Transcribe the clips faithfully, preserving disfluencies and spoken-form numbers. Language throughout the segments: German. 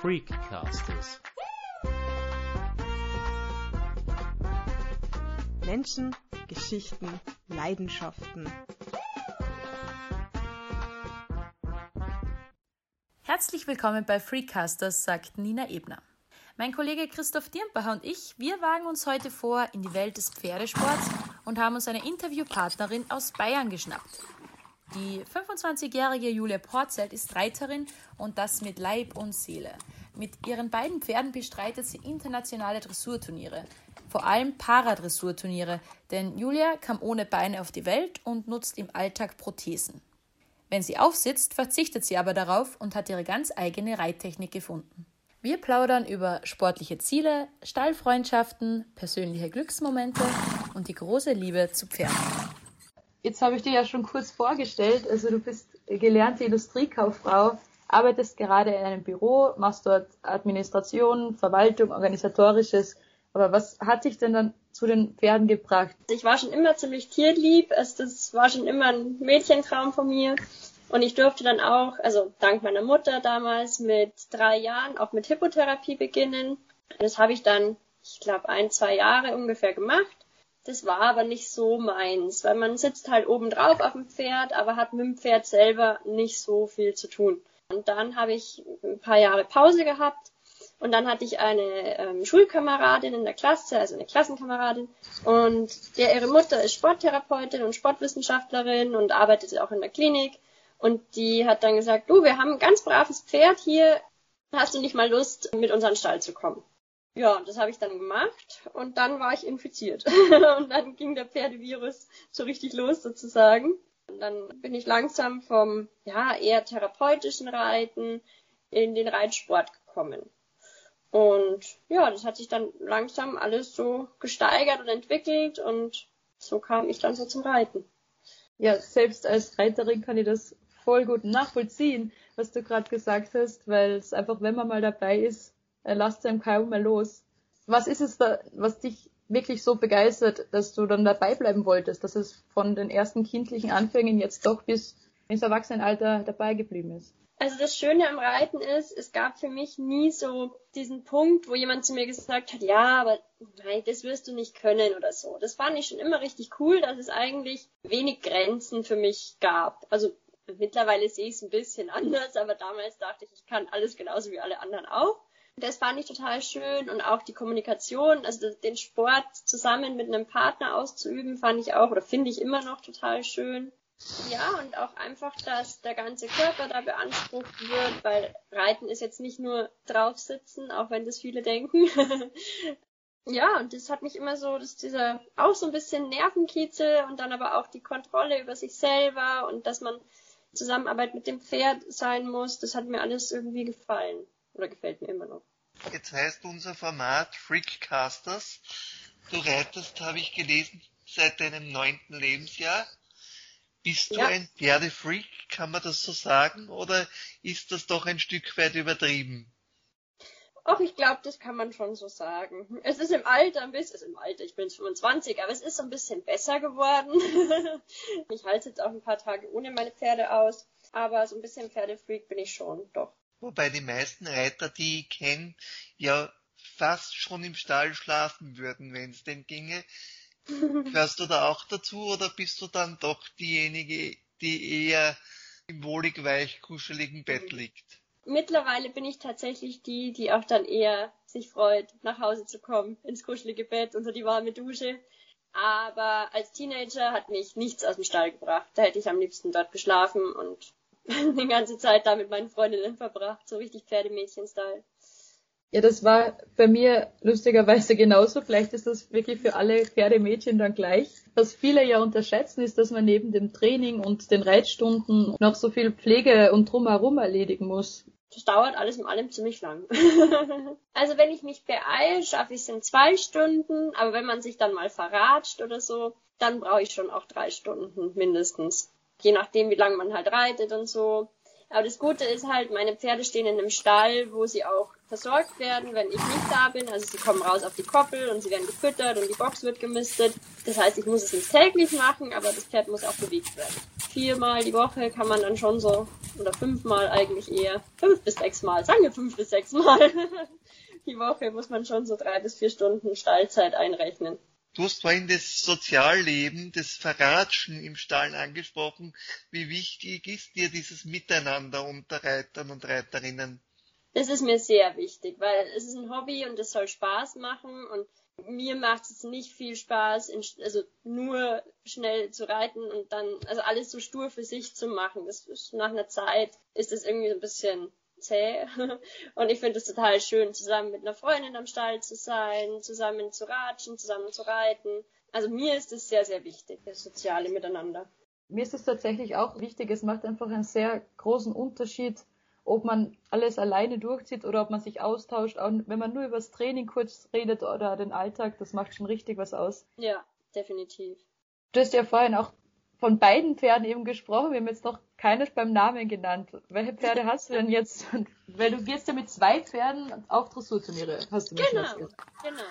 Freakcasters. Menschen, Geschichten, Leidenschaften. Herzlich willkommen bei Freakcasters, sagt Nina Ebner. Mein Kollege Christoph Dirnbacher und ich, wir wagen uns heute vor in die Welt des Pferdesports und haben uns eine Interviewpartnerin aus Bayern geschnappt. Die fünfundzwanzigjährige Julia Porzelt ist Reiterin und das mit Leib und Seele. Mit ihren beiden Pferden bestreitet sie internationale Dressurturniere, vor allem Paradressurturniere, denn Julia kam ohne Beine auf die Welt und nutzt im Alltag Prothesen. Wenn sie aufsitzt, verzichtet sie aber darauf und hat ihre ganz eigene Reittechnik gefunden. Wir plaudern über sportliche Ziele, Stallfreundschaften, persönliche Glücksmomente und die große Liebe zu Pferden. Jetzt habe ich dir ja schon kurz vorgestellt, also du bist gelernte Industriekauffrau, arbeitest gerade in einem Büro, machst dort Administration, Verwaltung, Organisatorisches. Aber was hat dich denn dann zu den Pferden gebracht? Ich war schon immer ziemlich tierlieb, also das war schon immer ein Mädchentraum von mir. Und ich durfte dann auch, also dank meiner Mutter damals, mit drei Jahren auch mit Hippotherapie beginnen. Das habe ich dann, ich glaube, ein, zwei Jahre ungefähr gemacht. Das war aber nicht so meins, weil man sitzt halt oben drauf auf dem Pferd, aber hat mit dem Pferd selber nicht so viel zu tun. Und dann habe ich ein paar Jahre Pause gehabt und dann hatte ich eine ähm, Schulkameradin in der Klasse, also eine Klassenkameradin, und der ihre Mutter ist Sporttherapeutin und Sportwissenschaftlerin und arbeitet auch in der Klinik. Und die hat dann gesagt, du, wir haben ein ganz braves Pferd hier, hast du nicht mal Lust, mit uns an den Stall zu kommen? Ja, das habe ich dann gemacht und dann war ich infiziert. Und dann ging der Pferdevirus so richtig los sozusagen. Und dann bin ich langsam vom ja eher therapeutischen Reiten in den Reitsport gekommen. Und ja, das hat sich dann langsam alles so gesteigert und entwickelt und so kam ich dann so zum Reiten. Ja, selbst als Reiterin kann ich das voll gut nachvollziehen, was du gerade gesagt hast, weil es einfach, wenn man mal dabei ist, lasst einem kaum mehr los. Was ist es da, was dich wirklich so begeistert, dass du dann dabei bleiben wolltest, dass es von den ersten kindlichen Anfängen jetzt doch bis ins Erwachsenenalter dabei geblieben ist? Also das Schöne am Reiten ist, es gab für mich nie so diesen Punkt, wo jemand zu mir gesagt hat, ja, aber nein, das wirst du nicht können oder so. Das fand ich schon immer richtig cool, dass es eigentlich wenig Grenzen für mich gab. Also mittlerweile sehe ich es ein bisschen anders, aber damals dachte ich, ich kann alles genauso wie alle anderen auch. Das fand ich total schön und auch die Kommunikation, also den Sport zusammen mit einem Partner auszuüben, fand ich auch oder finde ich immer noch total schön. Ja, und auch einfach, dass der ganze Körper da beansprucht wird, weil Reiten ist jetzt nicht nur draufsitzen, auch wenn das viele denken. Ja, und das hat mich immer so, dass dieser auch so ein bisschen Nervenkitzel und dann aber auch die Kontrolle über sich selber und dass man Zusammenarbeit mit dem Pferd sein muss, das hat mir alles irgendwie gefallen. Oder gefällt mir immer noch. Jetzt heißt unser Format Freakcasters. Du reitest, habe ich gelesen, seit deinem neunten Lebensjahr. Bist du ja ein Pferdefreak, kann man das so sagen? Oder ist das doch ein Stück weit übertrieben? Ach, ich glaube, das kann man schon so sagen. Es ist im Alter ein bisschen, also im Alter, ich bin jetzt fünfundzwanzig, aber es ist so ein bisschen besser geworden. Ich halte jetzt auch ein paar Tage ohne meine Pferde aus. Aber so ein bisschen Pferdefreak bin ich schon, doch. Wobei die meisten Reiter, die ich kenne, ja fast schon im Stall schlafen würden, wenn es denn ginge. Gehörst du da auch dazu oder bist du dann doch diejenige, die eher im wohlig weich kuscheligen Bett liegt? Mittlerweile bin ich tatsächlich die, die auch dann eher sich freut, nach Hause zu kommen, ins kuschelige Bett, unter die warme Dusche. Aber als Teenager hat mich nichts aus dem Stall gebracht. Da hätte ich am liebsten dort geschlafen und die ganze Zeit da mit meinen Freundinnen verbracht, so richtig Pferdemädchen-Style. Ja, das war bei mir lustigerweise genauso. Vielleicht ist das wirklich für alle Pferdemädchen dann gleich. Was viele ja unterschätzen, ist, dass man neben dem Training und den Reitstunden noch so viel Pflege und Drumherum erledigen muss. Das dauert alles in allem ziemlich lang. Also wenn ich mich beeile, schaffe ich es in zwei Stunden, aber wenn man sich dann mal verratscht oder so, dann brauche ich schon auch drei Stunden mindestens. Je nachdem, wie lange man halt reitet und so. Aber das Gute ist halt, meine Pferde stehen in einem Stall, wo sie auch versorgt werden, wenn ich nicht da bin. Also sie kommen raus auf die Koppel und sie werden gefüttert und die Box wird gemistet. Das heißt, ich muss es nicht täglich machen, aber das Pferd muss auch bewegt werden. viermal die Woche kann man dann schon so, oder fünfmal eigentlich eher, fünf bis sechs Mal, sagen wir fünf bis sechs Mal die Woche muss man schon so drei bis vier Stunden Stallzeit einrechnen. Du hast vorhin das Sozialleben, das Verratschen im Stall angesprochen. Wie wichtig ist dir dieses Miteinander unter Reitern und Reiterinnen? Das ist mir sehr wichtig, weil es ist ein Hobby und es soll Spaß machen und mir macht es nicht viel Spaß, in, also nur schnell zu reiten und dann, also alles so stur für sich zu machen. Das ist, nach einer Zeit ist das irgendwie so ein bisschen zäh und ich finde es total schön, zusammen mit einer Freundin am Stall zu sein, zusammen zu ratschen, zusammen zu reiten. Also mir ist es sehr, sehr wichtig, das soziale Miteinander. Mir ist es tatsächlich auch wichtig, es macht einfach einen sehr großen Unterschied, ob man alles alleine durchzieht oder ob man sich austauscht. Auch wenn man nur über das Training kurz redet oder den Alltag, das macht schon richtig was aus. Ja, definitiv. Du hast ja vorhin auch von beiden Pferden eben gesprochen. Wir haben jetzt noch keines beim Namen genannt. Welche Pferde hast du denn jetzt? Weil du gehst ja mit zwei Pferden auf Dressurturniere, hast du mir schon Genau, erzählt. genau.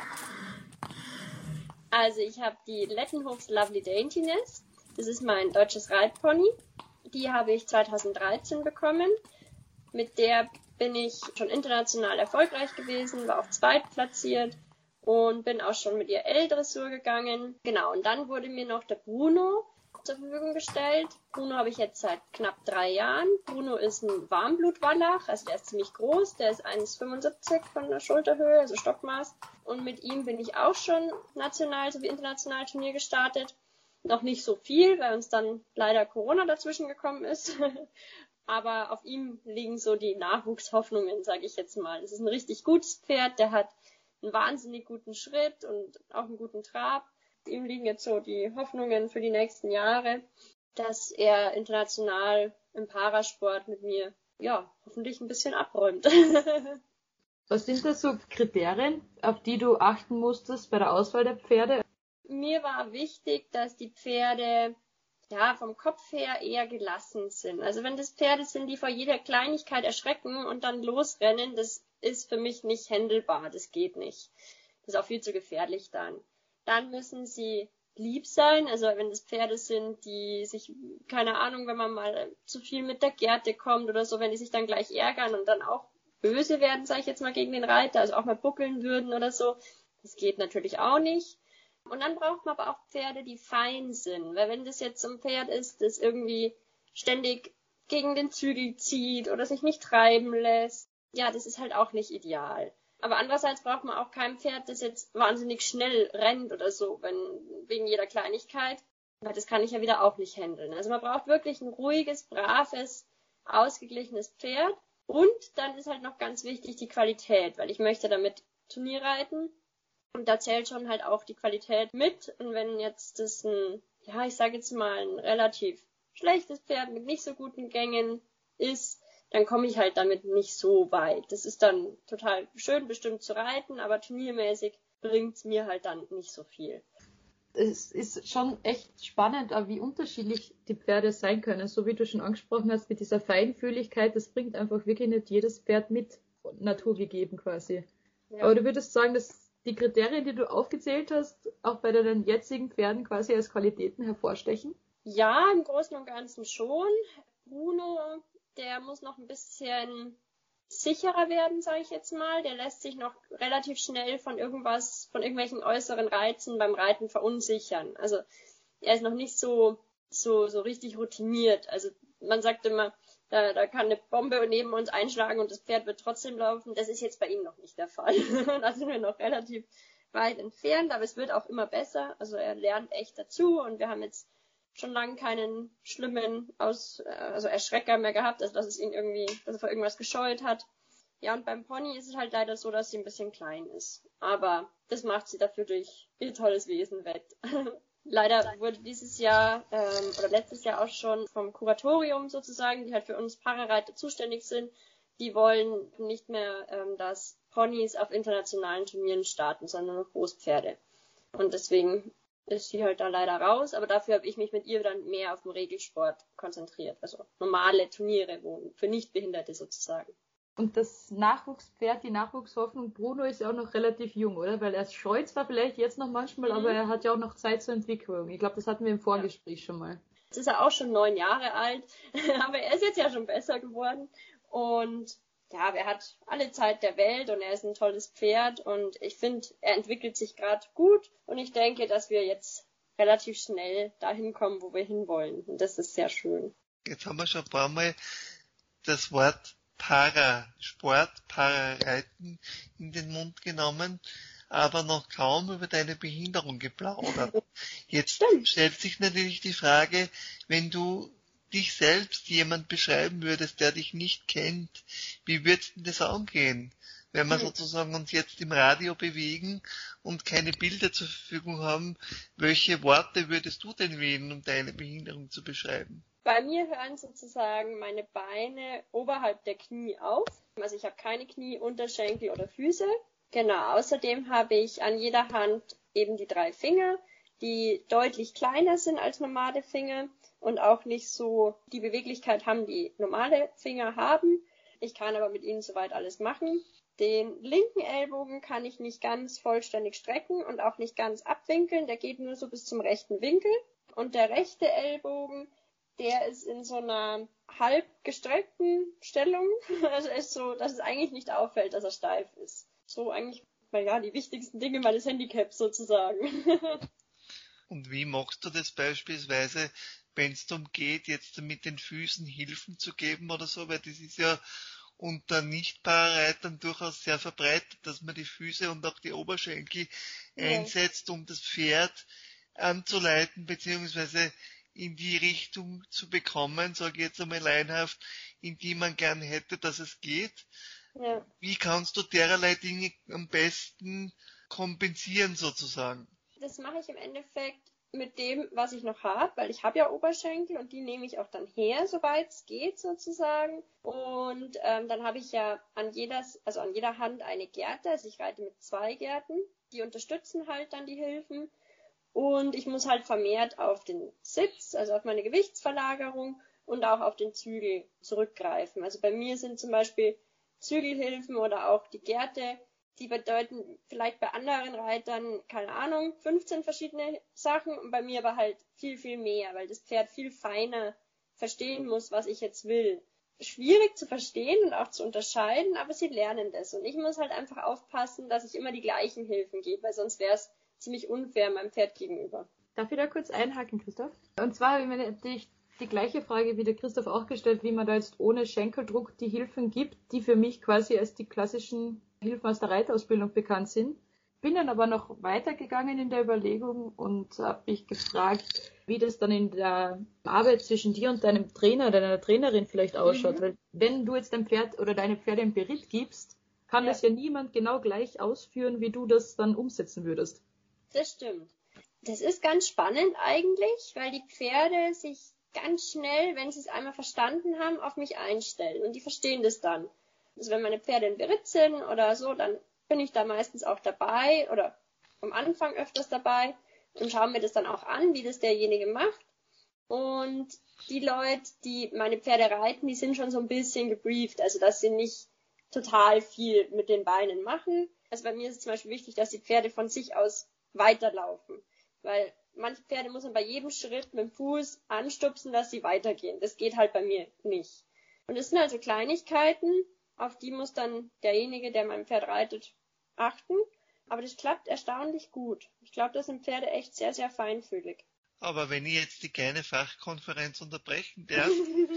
Also ich habe die Lettenhofs Lovely Daintiness. Das ist mein deutsches Reitpony. Die habe ich zweitausenddreizehn bekommen. Mit der bin ich schon international erfolgreich gewesen, war auch zweitplatziert und bin auch schon mit ihr L-Dressur gegangen. Genau, und dann wurde mir noch der Bruno zur Verfügung gestellt. Bruno habe ich jetzt seit knapp drei Jahren. Bruno ist ein Warmblut-Wallach, also der ist ziemlich groß, der ist eins Komma fünfundsiebzig von der Schulterhöhe, also Stockmaß. Und mit ihm bin ich auch schon national sowie international Turnier gestartet. Noch nicht so viel, weil uns dann leider Corona dazwischen gekommen ist. Aber auf ihm liegen so die Nachwuchshoffnungen, sage ich jetzt mal. Es ist ein richtig gutes Pferd, der hat einen wahnsinnig guten Schritt und auch einen guten Trab. Auf ihm liegen jetzt so die Hoffnungen für die nächsten Jahre, dass er international im Parasport mit mir, ja, hoffentlich ein bisschen abräumt. Was sind das so Kriterien, auf die du achten musstest bei der Auswahl der Pferde? Mir war wichtig, dass die Pferde ja vom Kopf her eher gelassen sind. Also wenn das Pferde sind, die vor jeder Kleinigkeit erschrecken und dann losrennen, das ist für mich nicht händelbar, das geht nicht. Das ist auch viel zu gefährlich dann. Dann müssen sie lieb sein, also wenn das Pferde sind, die sich, keine Ahnung, wenn man mal zu viel mit der Gerte kommt oder so, wenn die sich dann gleich ärgern und dann auch böse werden, sage ich jetzt mal, gegen den Reiter, also auch mal buckeln würden oder so, das geht natürlich auch nicht. Und dann braucht man aber auch Pferde, die fein sind, weil wenn das jetzt so ein Pferd ist, das irgendwie ständig gegen den Zügel zieht oder sich nicht treiben lässt, ja, das ist halt auch nicht ideal. Aber andererseits braucht man auch kein Pferd, das jetzt wahnsinnig schnell rennt oder so, wenn wegen jeder Kleinigkeit. Weil das kann ich ja wieder auch nicht handeln. Also man braucht wirklich ein ruhiges, braves, ausgeglichenes Pferd. Und dann ist halt noch ganz wichtig die Qualität, weil ich möchte damit Turnier reiten. Und da zählt schon halt auch die Qualität mit. Und wenn jetzt das ein, ja, ich sage jetzt mal, ein relativ schlechtes Pferd mit nicht so guten Gängen ist, dann komme ich halt damit nicht so weit. Das ist dann total schön bestimmt zu reiten, aber turniermäßig bringt's mir halt dann nicht so viel. Es ist schon echt spannend, wie unterschiedlich die Pferde sein können. So wie du schon angesprochen hast, mit dieser Feinfühligkeit, das bringt einfach wirklich nicht jedes Pferd mit, naturgegeben quasi. Ja. Aber du würdest sagen, dass die Kriterien, die du aufgezählt hast, auch bei deinen jetzigen Pferden quasi als Qualitäten hervorstechen? Ja, im Großen und Ganzen schon. Bruno, der muss noch ein bisschen sicherer werden, sage ich jetzt mal. Der lässt sich noch relativ schnell von irgendwas, von irgendwelchen äußeren Reizen beim Reiten verunsichern. Also er ist noch nicht so so so richtig routiniert. Also man sagt immer, da, da kann eine Bombe neben uns einschlagen und das Pferd wird trotzdem laufen. Das ist jetzt bei ihm noch nicht der Fall. Da sind wir noch relativ weit entfernt, aber es wird auch immer besser. Also er lernt echt dazu und wir haben jetzt schon lange keinen schlimmen Aus, also Erschrecker mehr gehabt, also dass es ihn irgendwie, dass er vor irgendwas gescheut hat. Ja, und beim Pony ist es halt leider so, dass sie ein bisschen klein ist. Aber das macht sie dafür durch ihr tolles Wesen wett. Leider wurde dieses Jahr, ähm, oder letztes Jahr auch schon vom Kuratorium sozusagen, die halt für uns Parareiter zuständig sind, die wollen nicht mehr, ähm, dass Ponys auf internationalen Turnieren starten, sondern nur Großpferde. Und deswegen ist sie halt da leider raus, aber dafür habe ich mich mit ihr dann mehr auf den Regelsport konzentriert. Also normale Turniere, wo für Nichtbehinderte sozusagen. Und das Nachwuchspferd, die Nachwuchshoffnung, Bruno ist ja auch noch relativ jung, oder? Weil er scheut zwar vielleicht jetzt noch manchmal, mhm. aber er hat ja auch noch Zeit zur Entwicklung. Ich glaube, das hatten wir im Vorgespräch ja. schon mal. Jetzt ist er auch schon neun Jahre alt, aber er ist jetzt ja schon besser geworden. Und ja, aber er hat alle Zeit der Welt und er ist ein tolles Pferd. Und ich finde, er entwickelt sich gerade gut. Und ich denke, dass wir jetzt relativ schnell dahin kommen, wo wir hinwollen. Und das ist sehr schön. Jetzt haben wir schon ein paar Mal das Wort Parasport, Parareiten in den Mund genommen, aber noch kaum über deine Behinderung geplaudert. Jetzt Stimmt. stellt sich natürlich die Frage, wenn du dich selbst jemand beschreiben würdest, der dich nicht kennt, wie würdest du das angehen? Wenn wir sozusagen uns jetzt im Radio bewegen und keine Bilder zur Verfügung haben, welche Worte würdest du denn wählen, um deine Behinderung zu beschreiben? Bei mir hören sozusagen meine Beine oberhalb der Knie auf. Also ich habe keine Knie, Unterschenkel oder Füße. Genau, außerdem habe ich an jeder Hand eben die drei Finger, die deutlich kleiner sind als normale Finger und auch nicht so die Beweglichkeit haben, die normale Finger haben. Ich kann aber mit ihnen soweit alles machen. Den linken Ellbogen kann ich nicht ganz vollständig strecken und auch nicht ganz abwinkeln. Der geht nur so bis zum rechten Winkel. Und der rechte Ellbogen, der ist in so einer halb gestreckten Stellung. Also ist so, dass es eigentlich nicht auffällt, dass er steif ist. So eigentlich, naja, die wichtigsten Dinge meines Handicaps sozusagen. Und wie machst du das beispielsweise, wenn es darum geht, jetzt mit den Füßen Hilfen zu geben oder so? Weil das ist ja unter Nicht-Parareitern durchaus sehr verbreitet, dass man die Füße und auch die Oberschenkel ja. einsetzt, um das Pferd anzuleiten, beziehungsweise in die Richtung zu bekommen, sage ich jetzt einmal laienhaft, in die man gern hätte, dass es geht. Ja. Wie kannst du dererlei Dinge am besten kompensieren sozusagen? Das mache ich im Endeffekt mit dem, was ich noch habe, weil ich habe ja Oberschenkel und die nehme ich auch dann her, soweit es geht sozusagen. Und ähm, dann habe ich ja an jeder, also an jeder Hand eine Gerte, also ich reite mit zwei Gärten, die unterstützen halt dann die Hilfen. Und ich muss halt vermehrt auf den Sitz, also auf meine Gewichtsverlagerung und auch auf den Zügel zurückgreifen. Also bei mir sind zum Beispiel Zügelhilfen oder auch die Gerte, die bedeuten vielleicht bei anderen Reitern, keine Ahnung, fünfzehn verschiedene Sachen und bei mir aber halt viel, viel mehr, weil das Pferd viel feiner verstehen muss, was ich jetzt will. Schwierig zu verstehen und auch zu unterscheiden, aber sie lernen das. Und ich muss halt einfach aufpassen, dass ich immer die gleichen Hilfen gebe, weil sonst wäre es ziemlich unfair meinem Pferd gegenüber. Darf ich da kurz einhaken, Christoph? Und zwar habe ich mir natürlich die gleiche Frage wie der Christoph auch gestellt, wie man da jetzt ohne Schenkeldruck die Hilfen gibt, die für mich quasi als die klassischen Hilfen aus der Reitausbildung bekannt sind. Bin dann aber noch weitergegangen in der Überlegung und habe mich gefragt, wie das dann in der Arbeit zwischen dir und deinem Trainer oder deiner Trainerin vielleicht ausschaut. Mhm. Weil wenn du jetzt dein Pferd oder deine Pferde im Beritt gibst, kann ja. das ja niemand genau gleich ausführen, wie du das dann umsetzen würdest. Das stimmt. Das ist ganz spannend eigentlich, weil die Pferde sich ganz schnell, wenn sie es einmal verstanden haben, auf mich einstellen. Und die verstehen das dann. Also wenn meine Pferde in Beritt sind oder so, dann bin ich da meistens auch dabei oder am Anfang öfters dabei und schaue mir das dann auch an, wie das derjenige macht. Und die Leute, die meine Pferde reiten, die sind schon so ein bisschen gebrieft, also dass sie nicht total viel mit den Beinen machen. Also bei mir ist es zum Beispiel wichtig, dass die Pferde von sich aus weiterlaufen, weil manche Pferde muss man bei jedem Schritt mit dem Fuß anstupsen, dass sie weitergehen. Das geht halt bei mir nicht. Und es sind also Kleinigkeiten, auf die muss dann derjenige, der mein Pferd reitet, achten. Aber das klappt erstaunlich gut. Ich glaube, das sind Pferde echt sehr, sehr feinfühlig. Aber wenn ich jetzt die kleine Fachkonferenz unterbrechen darf,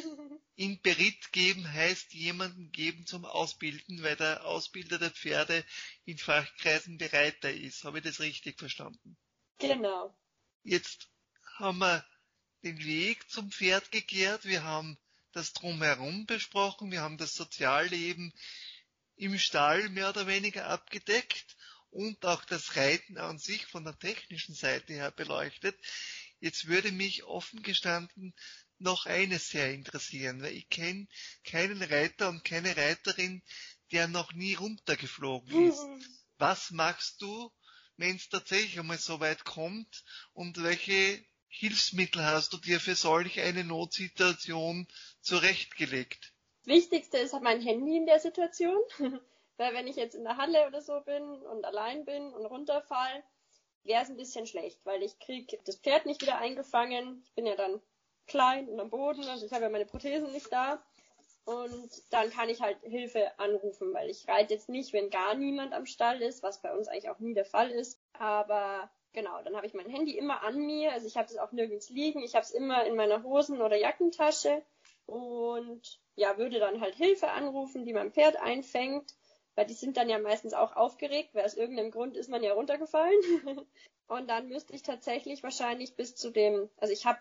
in Beritt geben heißt jemanden geben zum Ausbilden, weil der Ausbilder der Pferde in Fachkreisen Bereiter ist. Habe ich das richtig verstanden? Genau. Jetzt haben wir den Weg zum Pferd gekehrt, wir haben das Drumherum besprochen, wir haben das Sozialleben im Stall mehr oder weniger abgedeckt und auch das Reiten an sich von der technischen Seite her beleuchtet. Jetzt würde mich offen gestanden noch eines sehr interessieren, weil ich kenne keinen Reiter und keine Reiterin, der noch nie runtergeflogen ist. Was machst du, wenn es tatsächlich einmal so weit kommt und welche Hilfsmittel hast du dir für solch eine Notsituation zurechtgelegt? Das Wichtigste ist mein Handy in der Situation, weil wenn ich jetzt in der Halle oder so bin und allein bin und runterfall, wäre es ein bisschen schlecht, weil ich kriege das Pferd nicht wieder eingefangen. Ich bin ja dann klein und am Boden, also ich habe ja meine Prothesen nicht da. Und dann kann ich halt Hilfe anrufen, weil ich reite jetzt nicht, wenn gar niemand am Stall ist, was bei uns eigentlich auch nie der Fall ist. Aber genau, dann habe ich mein Handy immer an mir, also ich habe es auch nirgends liegen, ich habe es immer in meiner Hosen- oder Jackentasche und ja, würde dann halt Hilfe anrufen, die mein Pferd einfängt, weil die sind dann ja meistens auch aufgeregt, weil aus irgendeinem Grund ist man ja runtergefallen. Und dann müsste ich tatsächlich wahrscheinlich bis zu dem, also ich habe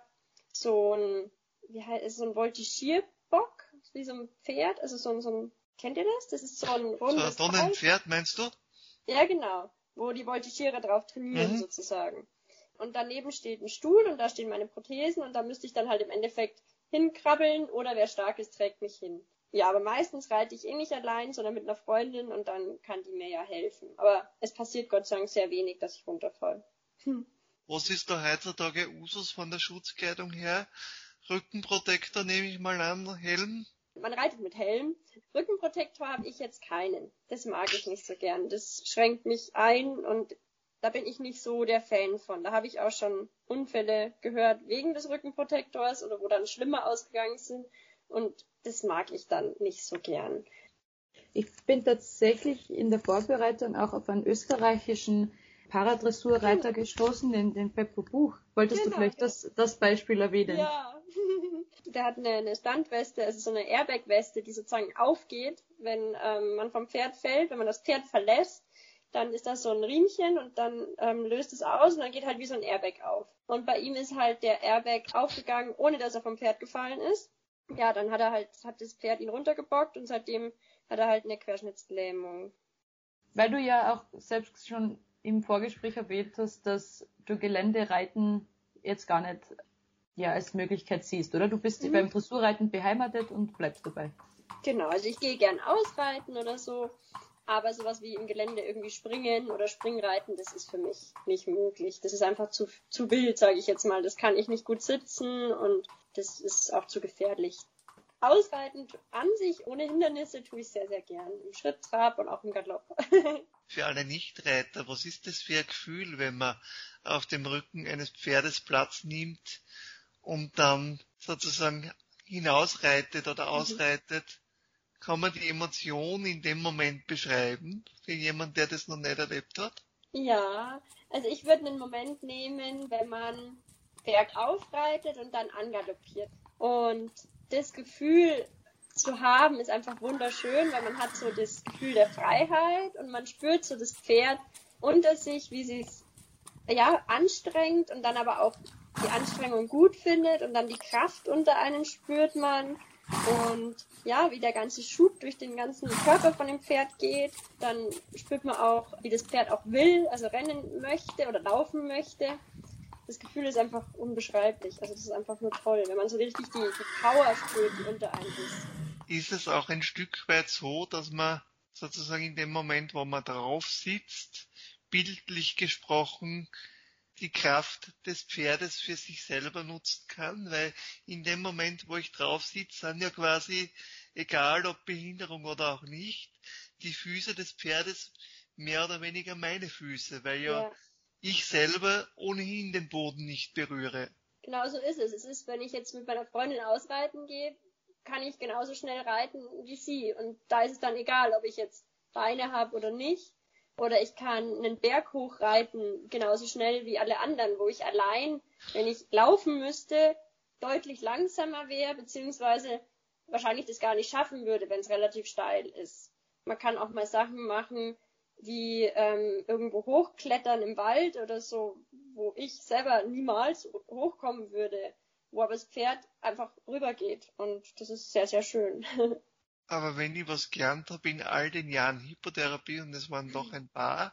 so ein, wie heißt es, so ein Voltigierbock, wie so ein Pferd, also so ein, so ein, kennt ihr das? Das ist so ein rundes So ein Pferd, meinst du? Ja, genau, wo die Voltigiere drauf trainieren Mhm. sozusagen. Und daneben steht ein Stuhl und da stehen meine Prothesen und da müsste ich dann halt im Endeffekt hinkrabbeln oder wer stark ist, trägt mich hin. Ja, aber meistens reite ich eh nicht allein, sondern mit einer Freundin und dann kann die mir ja helfen. Aber es passiert Gott sei Dank sehr wenig, dass ich runterfalle. Hm. Was ist da heutzutage Usus von der Schutzkleidung her? Rückenprotektor nehme ich mal an, Helm? Man reitet mit Helm. Rückenprotektor habe ich jetzt keinen. Das mag ich nicht so gern. Das schränkt mich ein und da bin ich nicht so der Fan von. Da habe ich auch schon Unfälle gehört wegen des Rückenprotektors oder wo dann schlimmer ausgegangen sind. Und das mag ich dann nicht so gern. Ich bin tatsächlich in der Vorbereitung auch auf einen österreichischen Paradressurreiter gestoßen, den, den Beppo Buch. Wolltest Genau, du vielleicht genau. das, das Beispiel erwähnen? Ja, der hat eine, eine Standweste, also so eine Airbag-Weste, die sozusagen aufgeht, wenn ähm, man vom Pferd fällt, wenn man das Pferd verlässt, dann ist das so ein Riemchen und dann ähm, löst es aus und dann geht halt wie so ein Airbag auf. Und bei ihm ist halt der Airbag aufgegangen, ohne dass er vom Pferd gefallen ist. Ja, dann hat er halt, hat das Pferd ihn runtergebockt und seitdem hat er halt eine Querschnittslähmung. Weil du ja auch selbst schon im Vorgespräch erwähnt hast, dass du Geländereiten jetzt gar nicht ja, als Möglichkeit siehst, oder? Du bist Mhm. beim Dressurreiten beheimatet und bleibst dabei. Genau, also ich gehe gern ausreiten oder so, aber sowas wie im Gelände irgendwie springen oder Springreiten, das ist für mich nicht möglich. Das ist einfach zu, zu wild, sage ich jetzt mal. Das kann ich nicht gut sitzen und das ist auch zu gefährlich. Ausreiten an sich ohne Hindernisse tue ich sehr, sehr gern. Im Schritt, Trab und auch im Galopp. Für alle Nichtreiter, was ist das für ein Gefühl, wenn man auf dem Rücken eines Pferdes Platz nimmt und dann sozusagen hinausreitet oder ausreitet? Kann man die Emotion in dem Moment beschreiben, für jemanden, der das noch nicht erlebt hat? Ja, also ich würde einen Moment nehmen, wenn man bergauf reitet und dann angaloppiert. Und das Gefühl zu haben ist einfach wunderschön, weil man hat so das Gefühl der Freiheit und man spürt so das Pferd unter sich, wie sie es ja anstrengt und dann aber auch die Anstrengung gut findet und dann die Kraft unter einem spürt man und ja, wie der ganze Schub durch den ganzen Körper von dem Pferd geht. Dann spürt man auch, wie das Pferd auch will, also rennen möchte oder laufen möchte. Das Gefühl ist einfach unbeschreiblich. Also das ist einfach nur toll, wenn man so richtig die, die Power spürt, die unter einem ist. Ist es auch ein Stück weit so, dass man sozusagen in dem Moment, wo man drauf sitzt, bildlich gesprochen, die Kraft des Pferdes für sich selber nutzen kann? Weil in dem Moment, wo ich drauf sitze, sind ja quasi, egal ob Behinderung oder auch nicht, die Füße des Pferdes mehr oder weniger meine Füße, weil ja, Ja, ich selber ohnehin den Boden nicht berühre. genau so ist es. Es ist, wenn ich jetzt mit meiner Freundin ausreiten gehe, kann ich genauso schnell reiten wie sie. Und da ist es dann egal, ob ich jetzt Beine habe oder nicht. Oder ich kann einen Berg hochreiten, genauso schnell wie alle anderen, wo ich allein, wenn ich laufen müsste, deutlich langsamer wäre, beziehungsweise wahrscheinlich das gar nicht schaffen würde, wenn es relativ steil ist. Man kann auch mal Sachen machen, wie ähm, irgendwo hochklettern im Wald oder so, wo ich selber niemals hochkommen würde, wo aber das Pferd einfach rübergeht. Und das ist sehr, sehr schön. Aber wenn ich was gelernt habe in all den Jahren Hippotherapie, und es waren doch ein paar,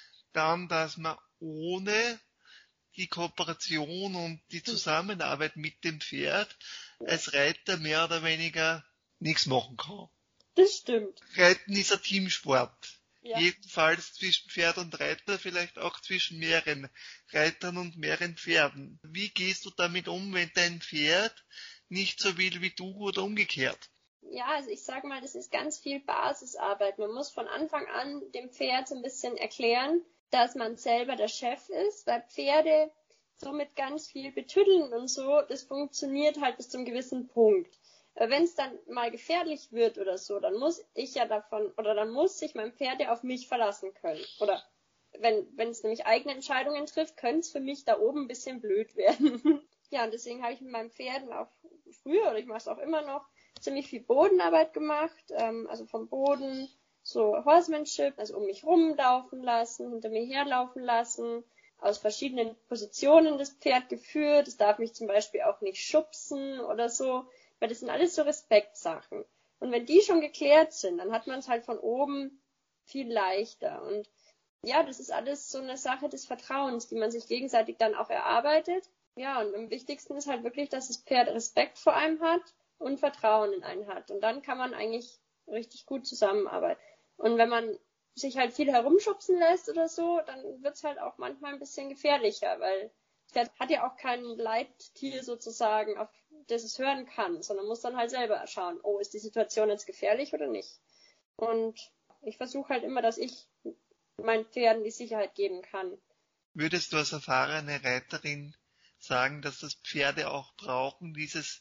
dann, dass man ohne die Kooperation und die Zusammenarbeit mit dem Pferd als Reiter mehr oder weniger nichts machen kann. Das stimmt. Reiten ist ein Teamsport. Ja. Jedenfalls zwischen Pferd und Reiter, vielleicht auch zwischen mehreren Reitern und mehreren Pferden. Wie gehst du damit um, wenn dein Pferd nicht so will wie du oder umgekehrt? Ja, also ich sag mal, das ist ganz viel Basisarbeit. Man muss von Anfang an dem Pferd so ein bisschen erklären, dass man selber der Chef ist, weil Pferde so mit ganz viel Betüddeln und so, das funktioniert halt bis zum gewissen Punkt. Wenn es dann mal gefährlich wird oder so, dann muss ich ja davon, oder dann muss sich mein Pferd ja auf mich verlassen können. Oder wenn wenn es nämlich eigene Entscheidungen trifft, könnte es für mich da oben ein bisschen blöd werden. Ja, und deswegen habe ich mit meinen Pferden auch früher, oder ich mache es auch immer noch, ziemlich viel Bodenarbeit gemacht, ähm, also vom Boden, so Horsemanship, also um mich rumlaufen lassen, hinter mir herlaufen lassen, aus verschiedenen Positionen das Pferd geführt. Es darf mich zum Beispiel auch nicht schubsen oder so, weil das sind alles so Respektsachen. Und wenn die schon geklärt sind, dann hat man es halt von oben viel leichter. Und ja, das ist alles so eine Sache des Vertrauens, die man sich gegenseitig dann auch erarbeitet. Ja, und am wichtigsten ist halt wirklich, dass das Pferd Respekt vor einem hat und Vertrauen in einen hat. Und dann kann man eigentlich richtig gut zusammenarbeiten. Und wenn man sich halt viel herumschubsen lässt oder so, dann wird's halt auch manchmal ein bisschen gefährlicher, weil das Pferd hat ja auch kein Leittier sozusagen, auf das es hören kann, sondern muss dann halt selber schauen, oh, ist die Situation jetzt gefährlich oder nicht. Und ich versuche halt immer, dass ich meinen Pferden die Sicherheit geben kann. Würdest du als erfahrene Reiterin sagen, dass das Pferde auch brauchen, dieses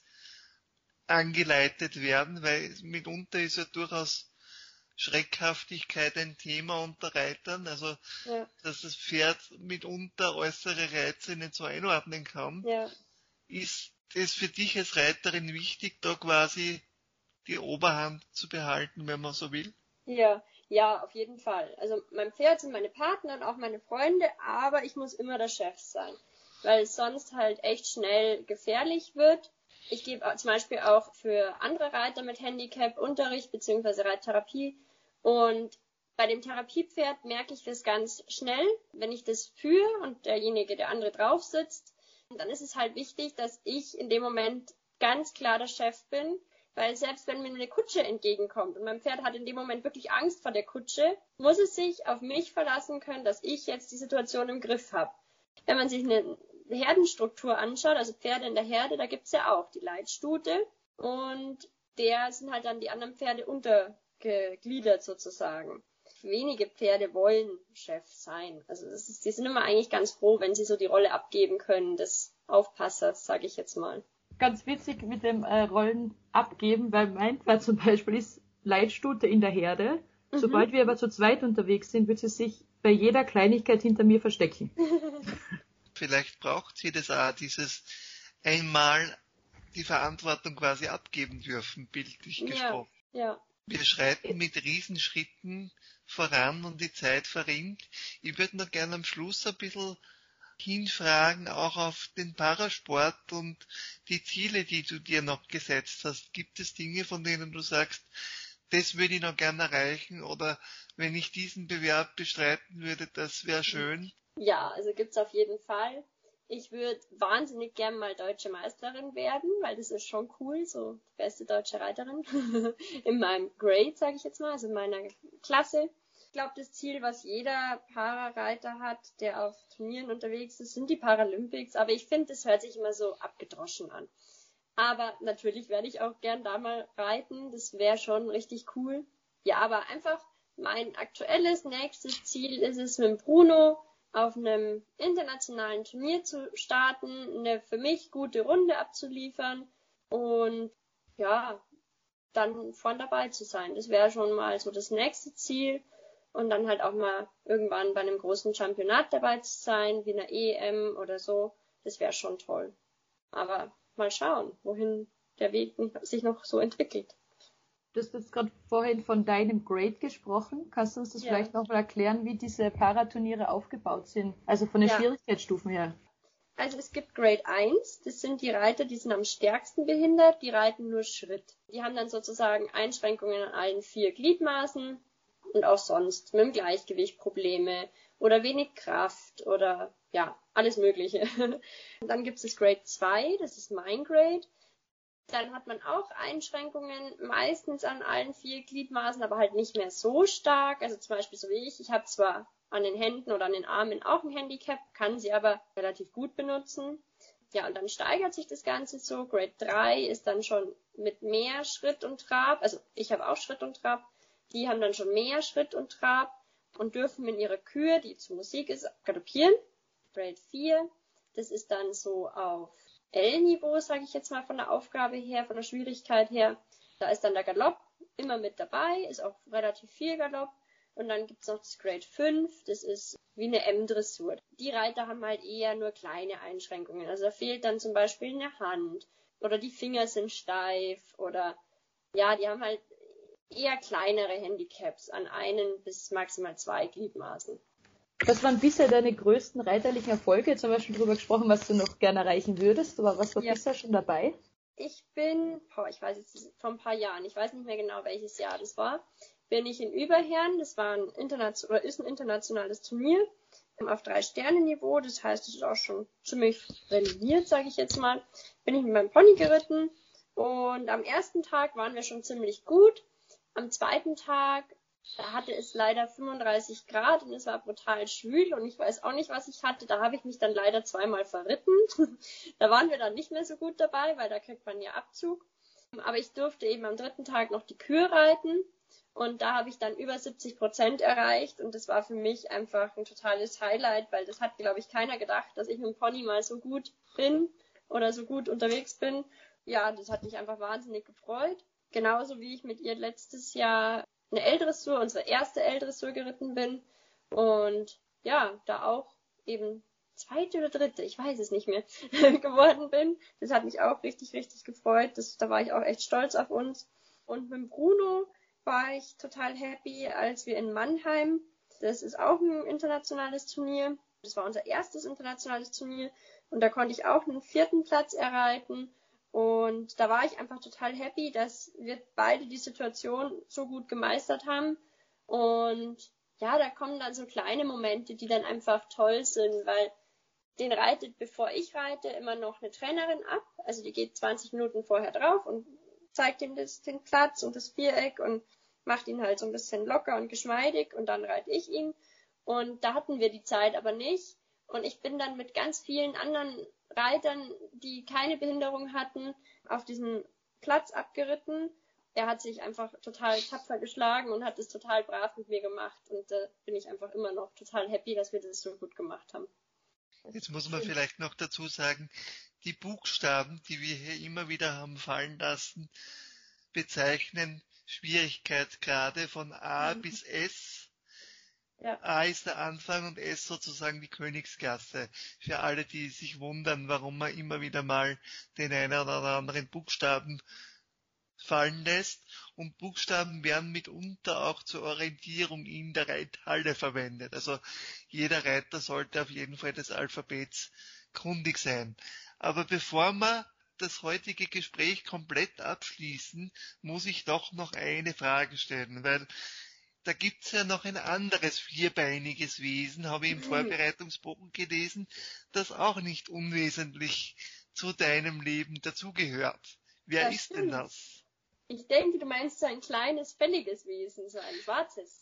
angeleitet werden, weil mitunter ist ja durchaus Schreckhaftigkeit ein Thema unter Reitern, also Ja, dass das Pferd mitunter äußere Reize nicht so einordnen kann. ja. Ist es für dich als Reiterin wichtig, da quasi die Oberhand zu behalten, wenn man so will? Ja, ja, auf jeden Fall. Also mein Pferd sind meine Partner und auch meine Freunde, aber ich muss immer der Chef sein, weil es sonst halt echt schnell gefährlich wird. Ich gebe zum Beispiel auch für andere Reiter mit Handicap Unterricht bzw. Reittherapie und bei dem Therapiepferd merke ich das ganz schnell, wenn ich das führe und derjenige, der andere drauf sitzt, dann ist es halt wichtig, dass ich in dem Moment ganz klar der Chef bin. Weil selbst wenn mir eine Kutsche entgegenkommt und mein Pferd hat in dem Moment wirklich Angst vor der Kutsche, muss es sich auf mich verlassen können, dass ich jetzt die Situation im Griff habe. Wenn man sich eine Herdenstruktur anschaut, also Pferde in der Herde, da gibt's ja auch die Leitstute und der sind halt dann die anderen Pferde untergegliedert sozusagen. Wenige Pferde wollen Chef sein. Also das ist, die sind immer eigentlich ganz froh, wenn sie so die Rolle abgeben können des Aufpassers, sage ich jetzt mal. Ganz witzig mit dem äh, Rollen abgeben, weil mein Pferd zum Beispiel ist Leitstute in der Herde. Mhm. Sobald wir aber zu zweit unterwegs sind, wird sie sich bei jeder Kleinigkeit hinter mir verstecken. Vielleicht braucht sie das auch, dieses einmal die Verantwortung quasi abgeben dürfen, bildlich gesprochen. Ja, ja. Wir schreiten mit Riesenschritten voran und die Zeit verrinnt. Ich würde noch gerne am Schluss ein bisschen hinfragen, auch auf den Parasport und die Ziele, die du dir noch gesetzt hast. Gibt es Dinge, von denen du sagst, das würde ich noch gerne erreichen oder wenn ich diesen Bewerb bestreiten würde, das wäre schön? Ja, also gibt's auf jeden Fall. Ich würde wahnsinnig gern mal deutsche Meisterin werden, weil das ist schon cool, so die beste deutsche Reiterin in meinem Grade, sage ich jetzt mal, also in meiner Klasse. Ich glaube, das Ziel, was jeder Parareiter hat, der auf Turnieren unterwegs ist, sind die Paralympics. Aber ich finde, das hört sich immer so abgedroschen an. Aber natürlich werde ich auch gern da mal reiten. Das wäre schon richtig cool. Ja, aber einfach mein aktuelles nächstes Ziel ist es, mit Bruno auf einem internationalen Turnier zu starten, eine für mich gute Runde abzuliefern und ja, dann vorn dabei zu sein. Das wäre schon mal so das nächste Ziel. Und dann halt auch mal irgendwann bei einem großen Championat dabei zu sein, wie einer E M oder so, das wäre schon toll. Aber mal schauen, wohin der Weg sich noch so entwickelt. Du hast jetzt gerade vorhin von deinem Grade gesprochen. Kannst du uns das Ja. vielleicht nochmal erklären, wie diese Paraturniere aufgebaut sind? Also von den Ja. Schwierigkeitsstufen her. Also es gibt Grade eins, das sind die Reiter, die sind am stärksten behindert, die reiten nur Schritt. Die haben dann sozusagen Einschränkungen an allen vier Gliedmaßen und auch sonst mit dem Gleichgewicht Probleme oder wenig Kraft oder ja, alles Mögliche. Dann gibt es das Grade zwei, das ist mein Grade. Dann hat man auch Einschränkungen, meistens an allen vier Gliedmaßen, aber halt nicht mehr so stark. Also zum Beispiel so wie ich, ich habe zwar an den Händen oder an den Armen auch ein Handicap, kann sie aber relativ gut benutzen. Ja, und dann steigert sich das Ganze so. Grade drei ist dann schon mit mehr Schritt und Trab. Also ich habe auch Schritt und Trab. Die haben dann schon mehr Schritt und Trab und dürfen in ihrer Kür, die zu Musik ist, galoppieren. Grade vier, Das ist dann so auf L-Niveau, sage ich jetzt mal von der Aufgabe her, von der Schwierigkeit her. Da ist dann der Galopp immer mit dabei, ist auch relativ viel Galopp. Und dann gibt's noch das Grade fünf, das ist wie eine M-Dressur. Die Reiter haben halt eher nur kleine Einschränkungen. Also da fehlt dann zum Beispiel eine Hand oder die Finger sind steif oder ja, die haben halt eher kleinere Handicaps an einen bis maximal zwei Gliedmaßen. Was waren bisher deine größten reiterlichen Erfolge? Jetzt haben wir schon drüber gesprochen, was du noch gerne erreichen würdest, aber was war Ja. bisher schon dabei? Ich bin, boah, ich weiß jetzt vor ein paar Jahren, ich weiß nicht mehr genau, welches Jahr das war, bin ich in Überherrn, das war ein internation oder ist ein internationales Turnier auf Drei-Sterne-Niveau, das heißt, es ist auch schon ziemlich renommiert, sage ich jetzt mal, bin ich mit meinem Pony geritten und am ersten Tag waren wir schon ziemlich gut, am zweiten Tag, da hatte es leider fünfunddreißig Grad und es war brutal schwül und ich weiß auch nicht, was ich hatte, da habe ich mich dann leider zweimal verritten, da waren wir dann nicht mehr so gut dabei, weil da kriegt man ja Abzug, aber ich durfte eben am dritten Tag noch die Kür reiten. Und da habe ich dann über siebzig Prozent erreicht und das war für mich einfach ein totales Highlight, weil das hat, glaube ich, keiner gedacht, dass ich mit dem Pony mal so gut bin oder so gut unterwegs bin. Ja, das hat mich einfach wahnsinnig gefreut. Genauso wie ich mit ihr letztes Jahr eine L-Dressur, unsere erste L-Dressur geritten bin und ja, da auch eben zweite oder dritte, ich weiß es nicht mehr, geworden bin. Das hat mich auch richtig, richtig gefreut. Das, da war ich auch echt stolz auf uns. Und mit Bruno war ich total happy, als wir in Mannheim, das ist auch ein internationales Turnier, das war unser erstes internationales Turnier und da konnte ich auch einen vierten Platz erreichen und da war ich einfach total happy, dass wir beide die Situation so gut gemeistert haben und ja, da kommen dann so kleine Momente, die dann einfach toll sind, weil den reitet, bevor ich reite, immer noch eine Trainerin ab, also die geht zwanzig Minuten vorher drauf und zeigt ihm das, den Platz und das Viereck und macht ihn halt so ein bisschen locker und geschmeidig und dann reite ich ihn. Und da hatten wir die Zeit aber nicht. Und ich bin dann mit ganz vielen anderen Reitern, die keine Behinderung hatten, auf diesen Platz abgeritten. Er hat sich einfach total tapfer geschlagen und hat es total brav mit mir gemacht. Und da bin ich einfach immer noch total happy, dass wir das so gut gemacht haben. Jetzt muss man vielleicht noch dazu sagen, die Buchstaben, die wir hier immer wieder haben fallen lassen, bezeichnen Schwierigkeitsgrade von A mhm. bis S. Ja. A ist der Anfang und S sozusagen die Königsklasse. Für alle, die sich wundern, warum man immer wieder mal den einen oder anderen Buchstaben fallen lässt. Und Buchstaben werden mitunter auch zur Orientierung in der Reithalle verwendet. Also jeder Reiter sollte auf jeden Fall des Alphabets kundig sein. Aber bevor wir das heutige Gespräch komplett abschließen, muss ich doch noch eine Frage stellen, weil da gibt's ja noch ein anderes vierbeiniges Wesen, habe ich im Vorbereitungsbogen gelesen, das auch nicht unwesentlich zu deinem Leben dazugehört. Wer das ist stimmt. denn das? Ich denke, du meinst so ein kleines, fälliges Wesen, so ein schwarzes.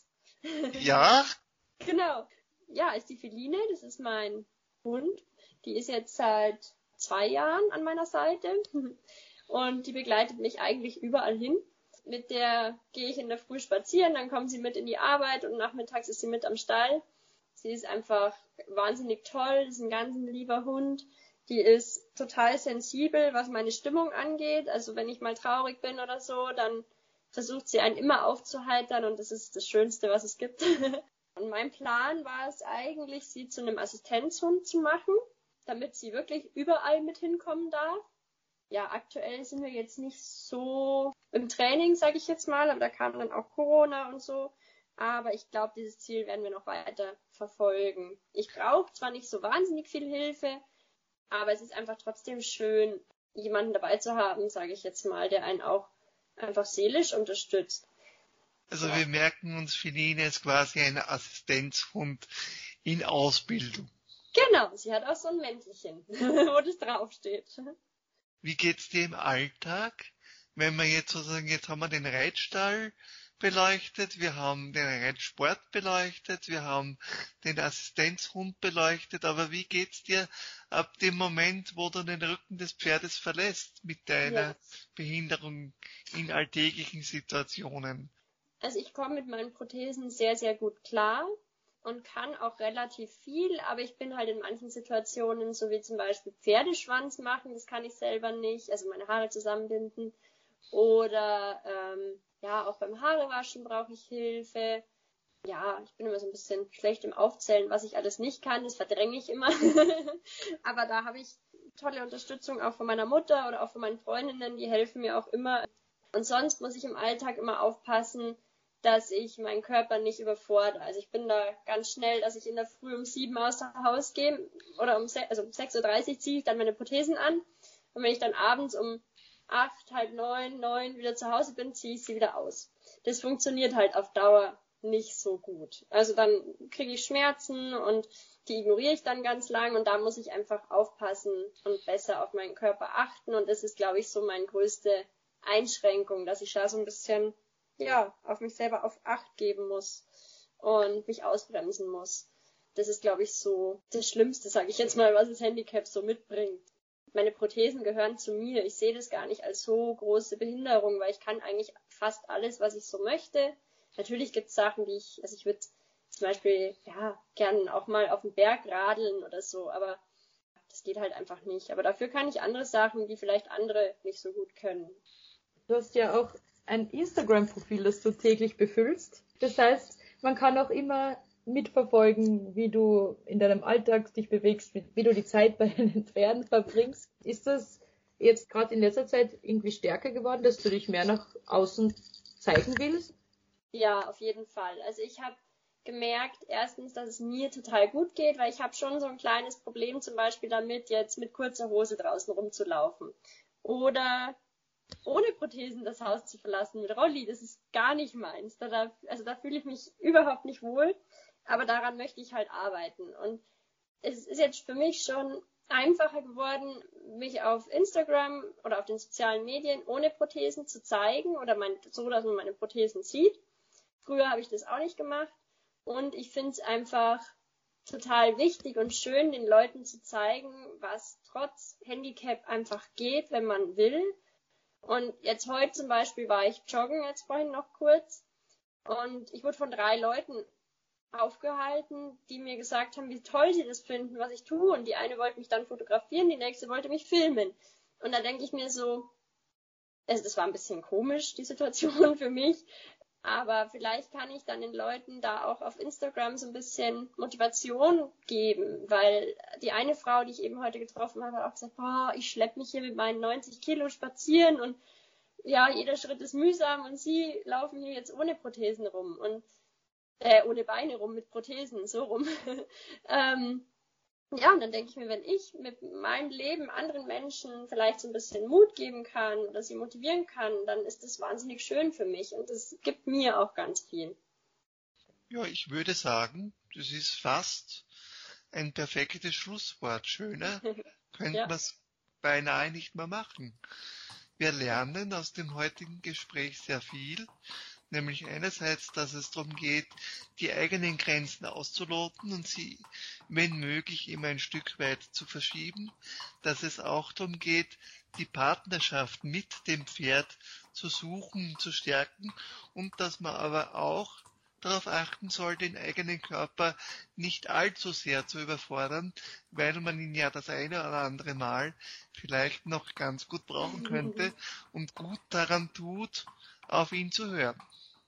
Ja? Genau. Ja, ist die Feline, das ist mein Hund. Die ist jetzt seit zwei Jahren an meiner Seite und die begleitet mich eigentlich überall hin. Mit der gehe ich in der Früh spazieren, dann kommt sie mit in die Arbeit und nachmittags ist sie mit am Stall. Sie ist einfach wahnsinnig toll, ist ein ganz lieber Hund. Die ist total sensibel, was meine Stimmung angeht. Also wenn ich mal traurig bin oder so, dann versucht sie einen immer aufzuheitern und das ist das Schönste, was es gibt. Und mein Plan war es eigentlich, sie zu einem Assistenzhund zu machen, damit sie wirklich überall mit hinkommen darf. Ja, aktuell sind wir jetzt nicht so im Training, sage ich jetzt mal, aber da kam dann auch Corona und so. Aber ich glaube, dieses Ziel werden wir noch weiter verfolgen. Ich brauche zwar nicht so wahnsinnig viel Hilfe, aber es ist einfach trotzdem schön, jemanden dabei zu haben, sage ich jetzt mal, der einen auch einfach seelisch unterstützt. Also ja. Wir merken uns, Feline ist quasi ein Assistenzhund in Ausbildung. Genau, sie hat auch so ein Mäntelchen, wo das draufsteht. Wie geht's dir im Alltag, wenn wir jetzt sozusagen, jetzt haben wir den Reitstall beleuchtet, wir haben den Reitsport beleuchtet, wir haben den Assistenzhund beleuchtet, aber wie geht's dir ab dem Moment, wo du den Rücken des Pferdes verlässt mit deiner ja. Behinderung in alltäglichen Situationen? Also ich komme mit meinen Prothesen sehr, sehr gut klar und kann auch relativ viel, aber ich bin halt in manchen Situationen, so wie zum Beispiel Pferdeschwanz machen, das kann ich selber nicht, also meine Haare zusammenbinden. Oder ähm, ja, auch beim Haarewaschen brauche ich Hilfe. Ja, ich bin immer so ein bisschen schlecht im Aufzählen, was ich alles nicht kann, das verdränge ich immer. Aber da habe ich tolle Unterstützung auch von meiner Mutter oder auch von meinen Freundinnen, die helfen mir auch immer. Und sonst muss ich im Alltag immer aufpassen, dass ich meinen Körper nicht überfordere. Also ich bin da ganz schnell, dass ich in der Früh um sieben aus dem Haus gehe oder um, se- also um sechs Uhr dreißig ziehe ich dann meine Prothesen an. Und wenn ich dann abends um acht, halb neun, neun wieder zu Hause bin, ziehe ich sie wieder aus. Das funktioniert halt auf Dauer nicht so gut. Also dann kriege ich Schmerzen und die ignoriere ich dann ganz lang und da muss ich einfach aufpassen und besser auf meinen Körper achten und das ist, glaube ich, so meine größte Einschränkung, dass ich da so ein bisschen, ja, auf mich selber auf Acht geben muss und mich ausbremsen muss. Das ist, glaube ich, so das Schlimmste, sage ich jetzt mal, was das Handicap so mitbringt. Meine Prothesen gehören zu mir. Ich sehe das gar nicht als so große Behinderung, weil ich kann eigentlich fast alles, was ich so möchte. Natürlich gibt es Sachen, die ich, also ich würde zum Beispiel, ja, gern auch mal auf den Berg radeln oder so, aber das geht halt einfach nicht. Aber dafür kann ich andere Sachen, die vielleicht andere nicht so gut können. Du hast ja auch ein Instagram-Profil, das du täglich befüllst. Das heißt, man kann auch immer mitverfolgen, wie du in deinem Alltag dich bewegst, wie, wie du die Zeit bei den Pferden verbringst. Ist das jetzt gerade in letzter Zeit irgendwie stärker geworden, dass du dich mehr nach außen zeigen willst? Ja, auf jeden Fall. Also ich habe gemerkt, erstens, dass es mir total gut geht, weil ich habe schon so ein kleines Problem zum Beispiel damit, jetzt mit kurzer Hose draußen rumzulaufen. Oder ohne Prothesen das Haus zu verlassen mit Rolli, das ist gar nicht meins. Da, da, also da fühle ich mich überhaupt nicht wohl, aber daran möchte ich halt arbeiten. Und es ist jetzt für mich schon einfacher geworden, mich auf Instagram oder auf den sozialen Medien ohne Prothesen zu zeigen oder mein, so, dass man meine Prothesen sieht. Früher habe ich das auch nicht gemacht und ich finde es einfach total wichtig und schön, den Leuten zu zeigen, was trotz Handicap einfach geht, wenn man will. Und jetzt heute zum Beispiel war ich joggen, jetzt vorhin noch kurz, und ich wurde von drei Leuten aufgehalten, die mir gesagt haben, wie toll sie das finden, was ich tue. Und die eine wollte mich dann fotografieren, die nächste wollte mich filmen. Und da denke ich mir so, also das war ein bisschen komisch, die Situation für mich. Aber vielleicht kann ich dann den Leuten da auch auf Instagram so ein bisschen Motivation geben, weil die eine Frau, die ich eben heute getroffen habe, hat auch gesagt, boah, ich schleppe mich hier mit meinen neunzig Kilo spazieren und ja, jeder Schritt ist mühsam und sie laufen hier jetzt ohne Prothesen rum und äh, ohne Beine rum, mit Prothesen, so rum. ähm, Ja, und dann denke ich mir, wenn ich mit meinem Leben anderen Menschen vielleicht so ein bisschen Mut geben kann oder sie motivieren kann, dann ist das wahnsinnig schön für mich und das gibt mir auch ganz viel. Ja, ich würde sagen, das ist fast ein perfektes Schlusswort. Schöner könnte Ja. man es beinahe nicht mehr machen. Wir lernen aus dem heutigen Gespräch sehr viel, nämlich einerseits, dass es darum geht, die eigenen Grenzen auszuloten und sie, wenn möglich, immer ein Stück weit zu verschieben, dass es auch darum geht, die Partnerschaft mit dem Pferd zu suchen, zu stärken und dass man aber auch darauf achten soll, den eigenen Körper nicht allzu sehr zu überfordern, weil man ihn ja das eine oder andere Mal vielleicht noch ganz gut brauchen könnte und gut daran tut, auf ihn zu hören.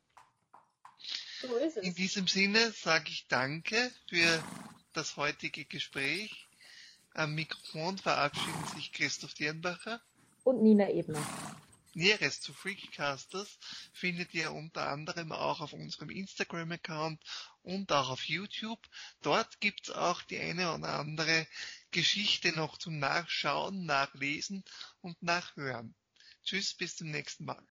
So ist es. In diesem Sinne sage ich Danke für das heutige Gespräch. Am Mikrofon verabschieden sich Christoph Dirnbacher Und Nina Ebner. Näheres zu Freakcasters findet ihr unter anderem auch auf unserem Instagram-Account und auch auf YouTube. Dort gibt's auch die eine oder andere Geschichte noch zum Nachschauen, Nachlesen und Nachhören. Tschüss, bis zum nächsten Mal.